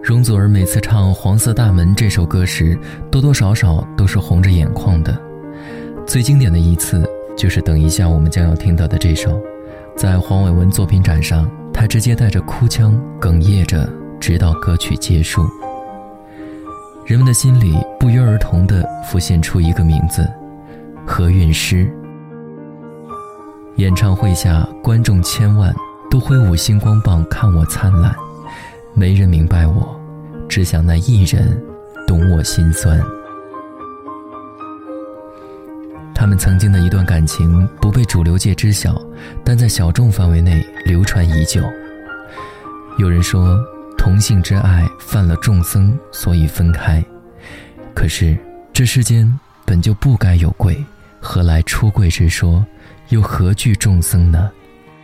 容祖儿每次唱《黄色大门》这首歌时，多多少少都是红着眼眶的。最经典的一次就是等一下我们将要听到的这首，在黄伟文作品展上，他直接带着哭腔哽咽着，直到歌曲结束。人们的心里不约而同地浮现出一个名字：何韵诗。演唱会下，观众千万都挥舞星光棒看我灿烂，没人明白我，只想那一人懂我心酸。他们曾经的一段感情不被主流界知晓，但在小众范围内流传已久。有人说同性之爱犯了众僧，所以分开。可是这世间本就不该有贵，何来出柜之说，又何惧众僧呢？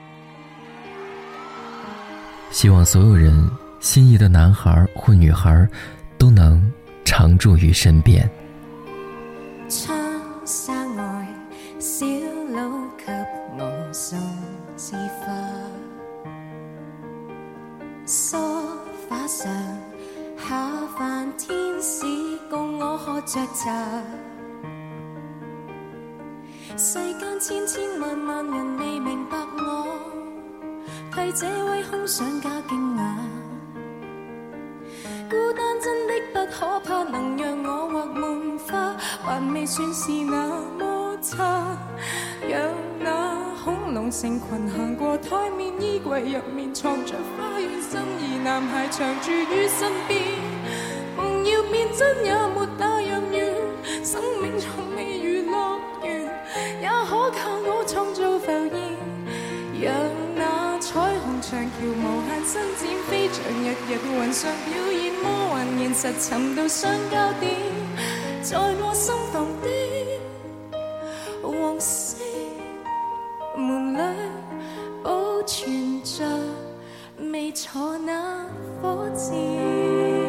希望所有人心仪的男孩或女孩都能常驻于身边。 窗紗外，小佬給我送枝花，梳化上下飯天使共我喝着茶，世間千千萬萬人未明白我，替這位空想加驚訝。孤單真的不可怕，能讓我或夢花，還未算是那麼差。讓那恐龍成群行過台面，衣櫃入面藏着花園，心儀男孩常駐於身邊。夢要變真也沒那樣遠，生命從未如樂園，也可靠我創造浮現。讓那彩虹長橋無限伸展，飛翔日日雲上表演，魔幻現實尋到相交點，在我心房的黃色門裏保存着未坐那火箭。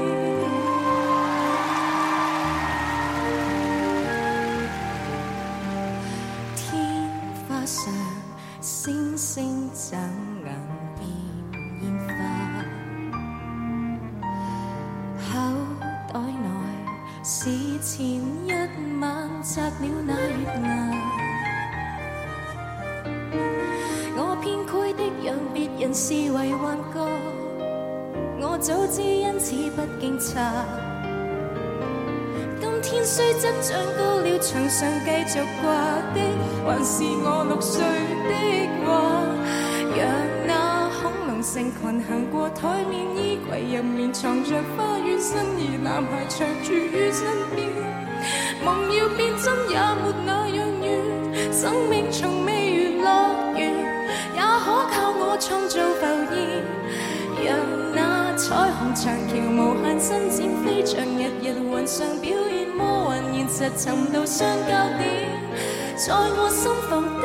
星星眨眼變煙花，口袋內是前一晚摘了那月牙，我偏虧的讓別人視為幻覺，我早知因此不經察。今天雖則長高了，牆上繼續掛的還是我6歲的話。讓那恐龍成群行過台面，衣櫃入面藏着花園，心儀男孩長駐於身邊。夢要變真也沒那樣遠，生命從未如樂園，也可靠我創造浮現。讓那彩虹長橋無限伸展，飛翔日日雲上表演，魔幻現實尋到相交點，在我心房的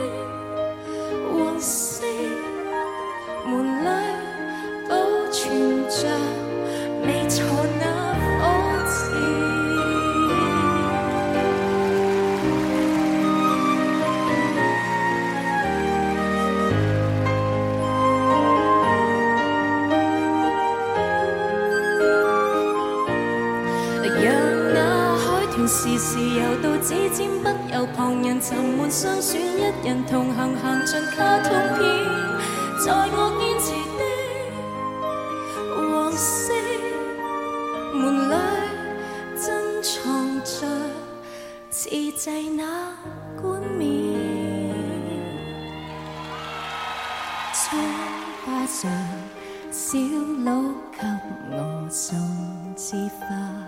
黃色門裏保存着未坐那火箭。時時游到指尖，不由旁人沉悶相選，一人同行行盡卡通片，在我堅持的黃色門裏珍藏着自製那冠冕。窗花上小佬給我送枝花，